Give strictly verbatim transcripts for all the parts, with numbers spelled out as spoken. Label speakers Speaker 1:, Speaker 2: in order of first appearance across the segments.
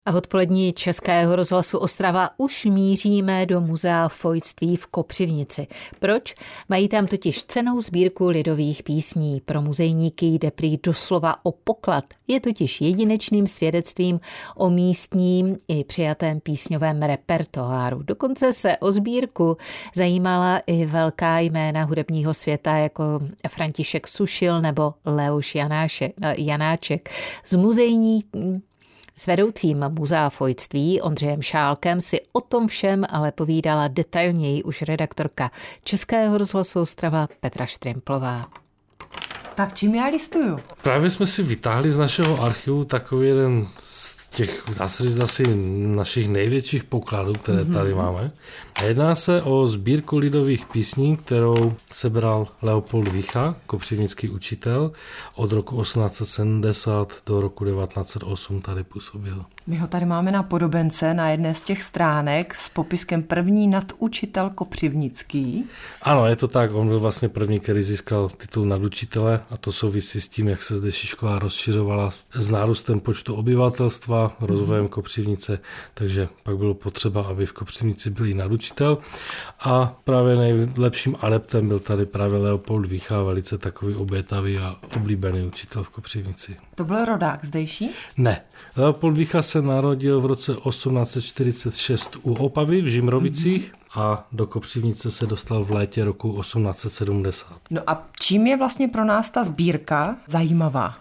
Speaker 1: A odpolední Českého rozhlasu Ostrava už míříme do muzea fojtství v Kopřivnici. Proč? Mají tam totiž cennou sbírku lidových písní. Pro muzejníky jde prý doslova o poklad. Je totiž jedinečným svědectvím o místním i přijatém písňovém repertoáru. Dokonce se o sbírku zajímala i velká jména hudebního světa jako František Sušil nebo Leoš Janášek, Janáček. Z muzejní S vedoucím muzea fojtství Ondřejem Šálkem si o tom všem ale povídala detailněji už redaktorka Českého rozhlasu Ostrava Petra Štrimplová.
Speaker 2: Tak čím já listuju?
Speaker 3: Právě jsme si vytáhli z našeho archivu takový jeden z těch, dá se říct, asi našich největších pokladů, které mm-hmm. tady máme. A jedná se o sbírku lidových písní, kterou sebral Leopold Vícha, kopřivnický učitel, od roku osmnáct set sedmdesát do roku devatenáct set osm tady působil.
Speaker 2: My ho tady máme na podobence na jedné z těch stránek s popiskem první nadučitel kopřivnický.
Speaker 3: Ano, je to tak. On byl vlastně první, který získal titul nadučitele a to souvisí s tím, jak se zdejší škola rozšiřovala s nárůstem počtu obyvatelstva, rozvojem Kopřivnice, takže pak bylo potřeba, aby v Kopřivnici byl i nadučitel a právě nejlepším adeptem byl tady právě Leopold Vícha, velice takový obětavý a oblíbený učitel v Kopřivnici.
Speaker 2: To byl rodák zdejší?
Speaker 3: Ne. Leopold Vícha se narodil v roce osmnáct set čtyřicet šest u Opavy v Žimrovicích mm-hmm. a do Kopřivnice se dostal v létě roku osmnáct set sedmdesát.
Speaker 2: No a čím je vlastně pro nás ta sbírka zajímavá?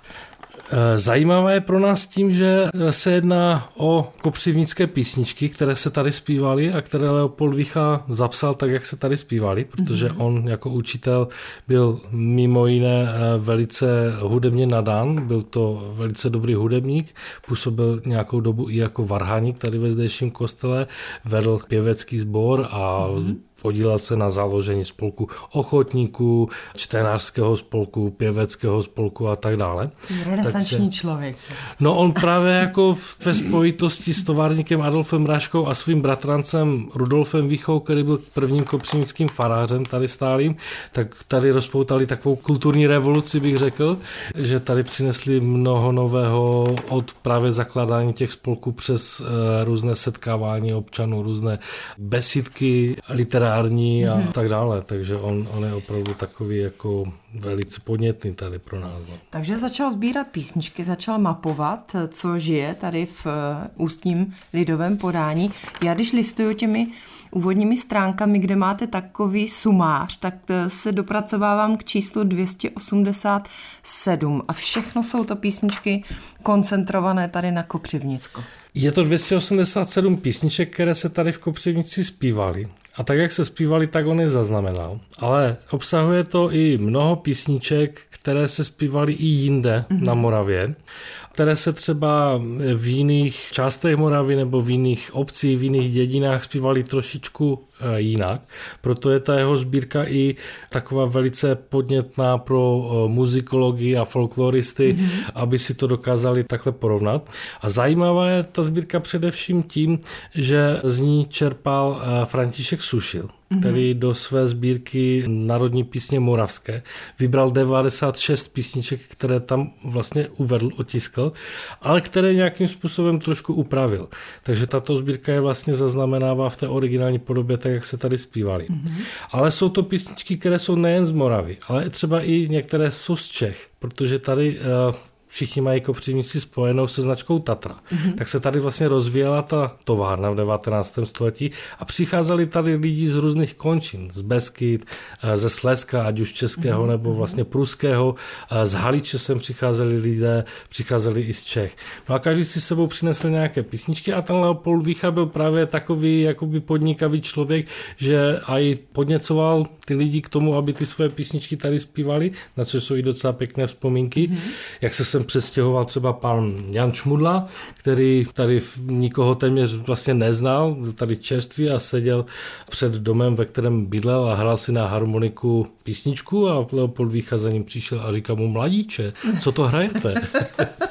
Speaker 3: Zajímavé je pro nás tím, že se jedná o kopřivnické písničky, které se tady zpívaly a které Leopold Vícha zapsal tak, jak se tady zpívaly, protože mm-hmm. on jako učitel byl mimo jiné velice hudebně nadán, byl to velice dobrý hudebník, působil nějakou dobu i jako varhaník tady ve zdejším kostele, vedl pěvecký sbor a mm-hmm. podílel se na založení spolku ochotníků, čtenářského spolku, pěveckého spolku a tak dále.
Speaker 2: Renesanční Takže, člověk.
Speaker 3: No on právě jako ve spojitosti s továrníkem Adolfem Ráškou a svým bratrancem Rudolfem Víchou, který byl prvním kopřivnickým farářem tady stálým, tak tady rozpoutali takovou kulturní revoluci, bych řekl, že tady přinesli mnoho nového od právě zakládání těch spolků přes uh, různé setkávání občanů, různé besídky, literární a mm-hmm. tak dále, takže on, on je opravdu takový jako velice podnětný tady pro nás. No.
Speaker 2: Takže začal sbírat písničky, začal mapovat, co žije tady v ústním lidovém podání. Já když listuju těmi úvodními stránkami, kde máte takový sumář, tak se dopracovávám k číslu dvě stě osmdesát sedm a všechno jsou to písničky koncentrované tady na Kopřivnicko.
Speaker 3: Je to dvě stě osmdesát sedm písniček, které se tady v Kopřivnici zpívaly. A tak, jak se zpívali, tak on je zaznamenal. Ale obsahuje to i mnoho písniček, které se zpívaly i jinde mm-hmm. na Moravě, které se třeba v jiných částech Moravy nebo v jiných obcích, v jiných dědinách zpívaly trošičku jinak. Proto je ta jeho sbírka i taková velice podnětná pro muzikologii a folkloristy, mm-hmm. aby si to dokázali takhle porovnat. A zajímavá je ta sbírka především tím, že z ní čerpal František Sušil, který do své sbírky národní písně moravské vybral devadesát šest písniček, které tam vlastně uvedl, otiskl, ale které nějakým způsobem trošku upravil. Takže tato sbírka je vlastně zaznamenává v té originální podobě, tak jak se tady zpívali. Mm-hmm. Ale jsou to písničky, které jsou nejen z Moravy, ale třeba i některé jsou z Čech, protože tady uh, všichni mají Kopřivnici spojenou se značkou Tatra. Mm-hmm. Tak se tady vlastně rozvíjela ta továrna v devatenáctém století a přicházeli tady lidi z různých končin, z Beskyd, ze Slezska, ať už českého mm-hmm. nebo vlastně pruského, z Haliče sem přicházeli lidé, přicházeli i z Čech. No a každý si sebou přinesl nějaké písničky a ten Leopold Vícha byl právě takový jakoby podnikavý člověk, že aj podněcoval ty lidi k tomu, aby ty své písničky tady zpívali, na což jsou i docela pěkné vzpomínky. Mm-hmm. Jak se sem přestěhoval třeba pan Jan Šmudla, který tady nikoho téměř vlastně neznal, byl tady čerstvý a seděl před domem, ve kterém bydlel a hrál si na harmoniku písničku a Leopold Vícha za ním přišel a říkal mu: mladíče, co to hrajete?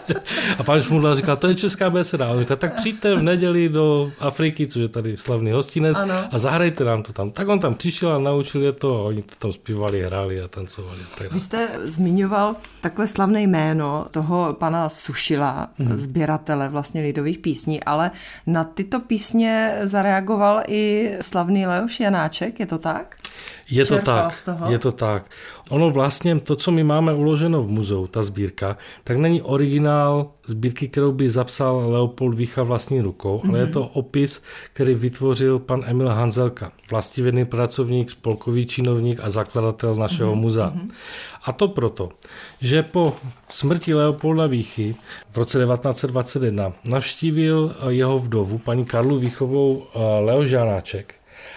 Speaker 3: A pan Šmudla říkal, to je česká beseda. A on říkal, tak přijďte v neděli do Afriky, což je tady slavný hostinec, ano. a zahrajte nám to tam. Tak on tam přišel a naučil je to a oni to tam zpívali, hráli a tancovali. A tak.
Speaker 2: Vy jste zmiňoval takové slavné jméno toho pana Sušila, hmm. sběratele vlastně lidových písní, ale na tyto písně zareagoval i slavný Leoš Janáček, je to tak?
Speaker 3: Je to tak, je to tak. Ono vlastně, to, co my máme uloženo v muzeu, ta sbírka, tak není originál sbírky, kterou by zapsal Leopold Vícha vlastní rukou, mm-hmm. ale je to opis, který vytvořil pan Emil Hanzelka, vlastivědný pracovník, spolkový činovník a zakladatel našeho mm-hmm. muzea. A to proto, že po smrti Leopolda Víchy v roce devatenáct set dvacet jedna navštívil jeho vdovu, paní Karlu Víchovou, Leoš Janáček,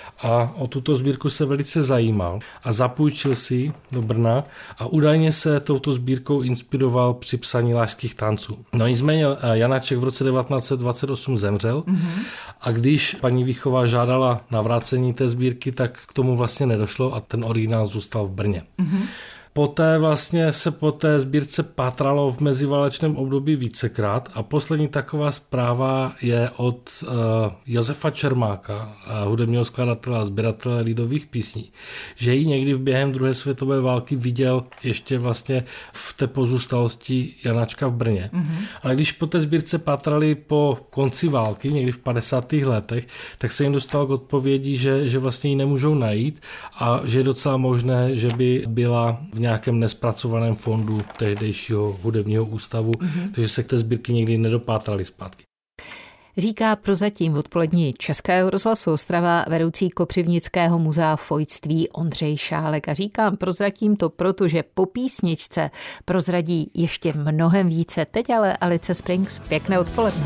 Speaker 3: a o tuto sbírku se velice zajímal a zapůjčil si do Brna a údajně se touto sbírkou inspiroval při psaní Lášských tanců. No nicméně Janáček v roce devatenáct set dvacet osm zemřel mm-hmm. a když paní Víchová žádala navrácení té sbírky, tak k tomu vlastně nedošlo a ten originál zůstal v Brně. Mm-hmm. Poté vlastně se po té sbírce pátralo v meziválečném období vícekrát a poslední taková zpráva je od uh, Josefa Čermáka, uh, hudebního skladatele a sběratele lidových písní, že ji někdy v během druhé světové války viděl ještě vlastně v té pozůstalosti Janáčka v Brně. Mm-hmm. Ale když po té sbírce pátrali po konci války, někdy v padesátých letech, tak se jim dostal k odpovědi, že, že vlastně ji nemůžou najít a že je docela možné, že by byla v nějakém nespracovaném fondu tehdejšího hudebního ústavu, mm-hmm. takže se k té sbírky nikdy nedopátrali zpátky.
Speaker 1: Říká prozatím v odpolední Českého rozhlasu Ostrava vedoucí Kopřivnického muzea fojtství Ondřej Šálek. A říkám prozatím to proto, že po písničce prozradí ještě mnohem více. Teď ale Alice Springs, pěkné odpoledne.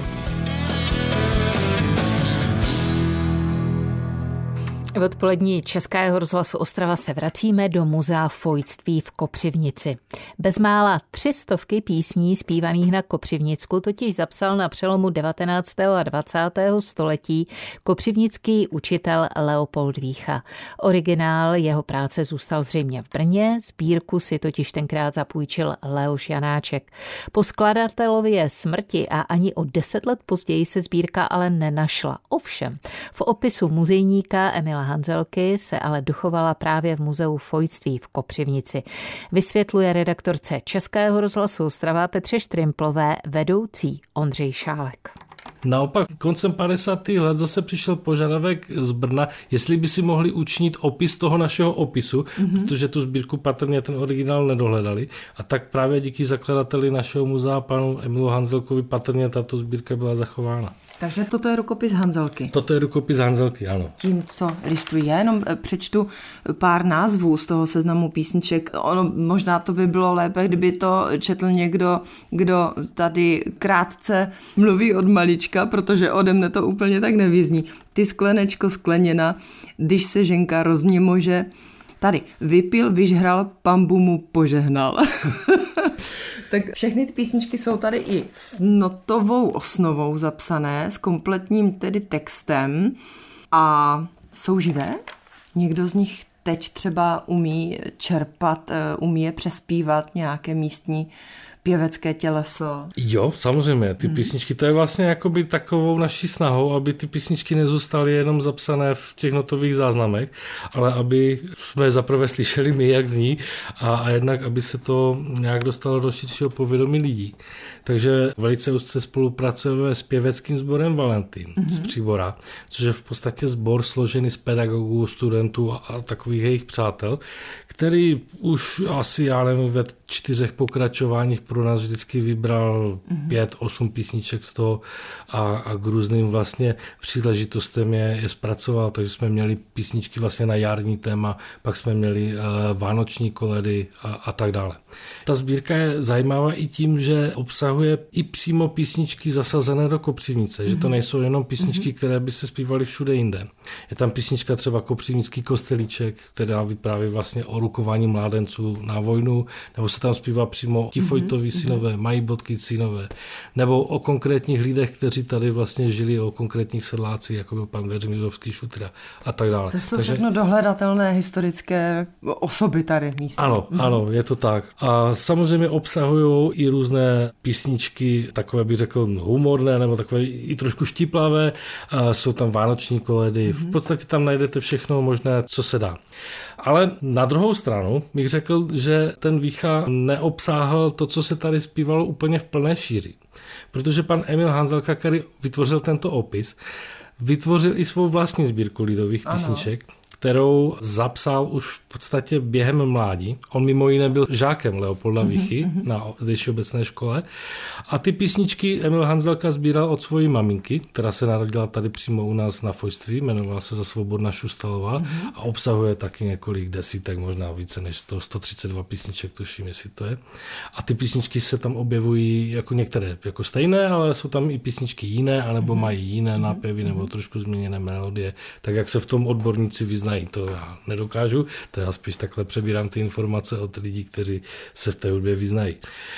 Speaker 1: V odpolední Českého rozhlasu Ostrava se vracíme do muzea fojtství v Kopřivnici. Bezmála tři stovky písní zpívaných na Kopřivnicku totiž zapsal na přelomu devatenáctého a dvacátého století kopřivnický učitel Leopold Vícha. Originál jeho práce zůstal zřejmě v Brně, sbírku si totiž tenkrát zapůjčil Leoš Janáček. Po skladatelově smrti a ani o deset let později se sbírka ale nenašla. Ovšem, v opisu muzejníka Emila Hanzelky se ale dochovala právě v muzeu fojtství v Kopřivnici. Vysvětluje redaktorce Českého rozhlasu Ostrava Petře Štrimplové vedoucí Ondřej Šálek.
Speaker 3: Naopak koncem padesátých let zase přišel požadavek z Brna, jestli by si mohli učinit opis toho našeho opisu, mm-hmm. protože tu sbírku patrně ten originál nedohledali. A tak právě díky zakladateli našeho muzea, panu Emilu Hanzelkovi, patrně tato sbírka byla zachována.
Speaker 2: Takže toto je rukopis Hanzelky.
Speaker 3: Toto je rukopis Hanzelky, ano.
Speaker 2: Tím, co listují. Já jenom přečtu pár názvů z toho seznamu písniček. Ono, možná to by bylo lépe, kdyby to četl někdo, kdo tady krátce mluví od malička, protože ode mne to úplně tak nevyzní. Ty sklenečko skleněna, když se ženka rozněmože. Tady vypil, vyžhral, pambu mu požehnal. Tak všechny ty písničky jsou tady i s notovou osnovou zapsané, s kompletním tedy textem a jsou živé. Někdo z nich teď třeba umí čerpat, umí je přespívat nějaké místní pěvecké těleso.
Speaker 3: Jo, samozřejmě, ty hmm. písničky, to je vlastně jakoby takovou naší snahou, aby ty písničky nezůstaly jenom zapsané v těch notových záznamech, ale aby jsme zaprvé slyšeli my, jak zní, a, a jednak, aby se to nějak dostalo do širšího povědomí lidí. Takže velice úzce spolupracujeme s pěveckým sborem Valentín mm-hmm. z Příbora, což je v podstatě sbor složený z pedagogů, studentů a, a takových jejich přátel, který už asi, já nevím, ve čtyřech pokračováních pro nás vždycky vybral mm-hmm. pět, osm písniček z toho a, a k různým vlastně příležitostem je, je zpracoval, takže jsme měli písničky vlastně na jarní téma, pak jsme měli uh, vánoční koledy a, a tak dále. Ta sbírka je zajímavá i tím, že obsahuje i přímo písničky zasazené do Kopřivnice, mm-hmm. že to nejsou jenom písničky, mm-hmm. které by se zpívaly všude jinde. Je tam písnička třeba Kopřivnický kostelíček, která vypráví vlastně o rukování mládenců na vojnu, nebo se tam zpívá přímo ti Fojtovi synové, mají bodky cínové, nebo o konkrétních lidech, kteří tady vlastně žili, o konkrétních sedlácích, jako byl pan Veřimírovský Šutra a tak dále.
Speaker 2: To jsou Takže... všechno dohledatelné historické osoby tady místní.
Speaker 3: Ano, mm. ano, je to tak. A samozřejmě obsahují i různé písničky, takové bych řekl humorné, nebo takové i trošku štíplavé. A jsou tam vánoční koledy. Mm. V podstatě tam najdete všechno možné, co se dá. Ale na druhou stranu bych řekl, že ten Vícha neobsáhl to, co se tady zpívalo úplně v plné šíři. Protože pan Emil Hanzelka, který vytvořil tento opis, vytvořil i svou vlastní sbírku lidových ano. písniček, kterou zapsal už v podstatě během mládí. On mimo jiné byl žákem Leopolda Víchy mm-hmm. na zdejší obecné škole. A ty písničky Emil Hanzelka sbíral od svojí maminky, která se narodila tady přímo u nás na Fojství, jmenovala se za Svobodna Šustalová mm-hmm. a obsahuje taky několik desítek, možná více než sto, sto třicet dva písniček, tuším, jestli to je. A ty písničky se tam objevují jako některé jako stejné, ale jsou tam i písničky jiné, anebo mm-hmm. mají jiné nápěvy mm-hmm. nebo trošku změněné melodie, tak jak se v tom odborníci vyznají, to já nedokážu, to já spíš takhle přebírám ty informace od lidí, kteří se v té hudbě vyznají.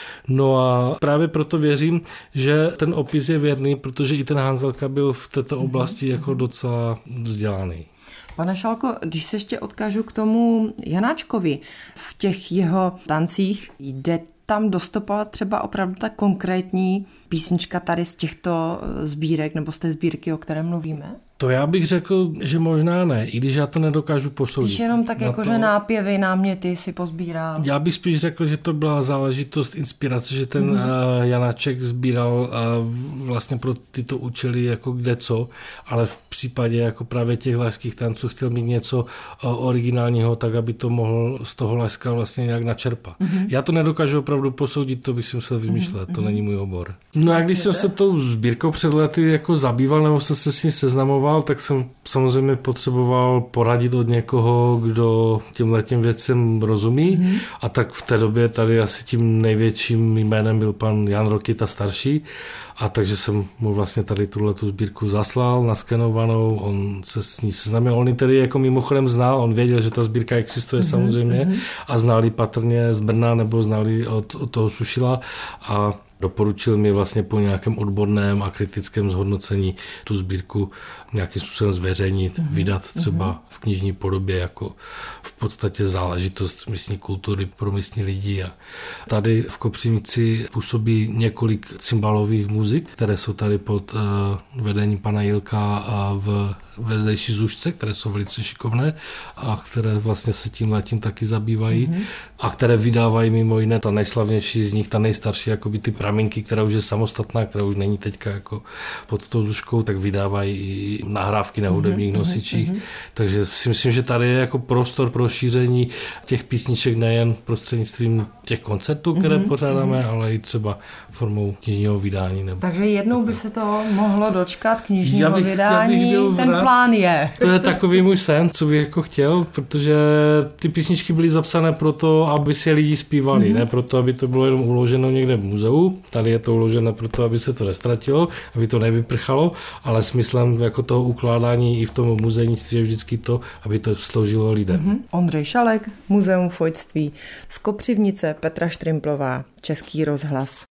Speaker 3: No a právě proto věřím, že ten opis je věrný, protože i ten Hanzelka byl v této oblasti jako docela vzdělaný.
Speaker 2: Pane Šalko, když se ještě odkážu k tomu Janáčkovi, v těch jeho tancích jde tam dostupovat třeba opravdu ta konkrétní písnička tady z těchto sbírek nebo z té sbírky, o které mluvíme?
Speaker 3: To já bych řekl, že možná ne, i když já to nedokážu posoudit.
Speaker 2: Když jenom tak jako, to... že nápěvy, náměty si pozbíral.
Speaker 3: Já bych spíš řekl, že to byla záležitost inspirace, že ten mm. Janáček sbíral vlastně pro tyto účely jako kde co, ale v případě jako právě těch lajských tanců chtěl mít něco originálního, tak aby to mohl z toho lajska vlastně nějak načerpat. Mm. Já to nedokážu opravdu posoudit, to bych si musel vymýšlet, mm. to není můj obor. No a když jsem se tou sbírkou před lety jako zabýval, nebo jsem se s ní seznamoval, tak jsem samozřejmě potřeboval poradit od někoho, kdo těmhletěm věcem rozumí. Mm. A tak v té době tady asi tím největším jménem byl pan Jan Rokita starší. A takže jsem mu vlastně tady tuhletu sbírku zaslal, naskenovanou, on se s ní seznámil. On ji tedy jako mimochodem znal, on věděl, že ta sbírka existuje mm. samozřejmě mm. a znal ji patrně z Brna nebo znal ji od, od toho Sušila a doporučil mi vlastně po nějakém odborném a kritickém zhodnocení tu sbírku nějakým způsobem zveřejnit, mm-hmm. vydat třeba mm-hmm. v knižní podobě jako v podstatě záležitost místní kultury pro místní lidi. A tady v Kopřivnici působí několik cymbalových muzik, které jsou tady pod uh, vedením pana Jilka uh, v ve zdejší Zušce, které jsou velice šikovné a které vlastně se tím letím taky zabývají mm-hmm. a které vydávají mimo jiné ta nejslavnější z nich, ta nejstarší, jakoby ty Praminky, která už je samostatná, která už není teďka jako pod tou Zuškou, tak vydávají i nahrávky na hudebních mm-hmm. nosičích. Mm-hmm. Takže si myslím, že tady je jako prostor pro šíření těch písniček nejen prostřednictvím těch koncertů, které mm-hmm. pořádáme, mm-hmm. ale i třeba formou knižního vydání. Nebo
Speaker 2: takže jednou by se to mohlo dočkat knižního já bych, vydání.
Speaker 3: Já bych
Speaker 2: ten plán je.
Speaker 3: To je takový můj sen, co bych jako chtěl, protože ty písničky byly zapsané proto, aby si lidi zpívali, mm-hmm. ne proto, aby to bylo jenom uloženo někde v muzeu. Tady je to uloženo proto, aby se to nestratilo, aby to nevyprchalo, ale smyslem jako toho ukládání i v tom muzejnictví je vždycky to, aby to sloužilo lidem.
Speaker 2: Mm-hmm. Ondřej Šalek, Muzeum fojtství z Kopřivnice, Petra Štrimplová, Český rozhlas.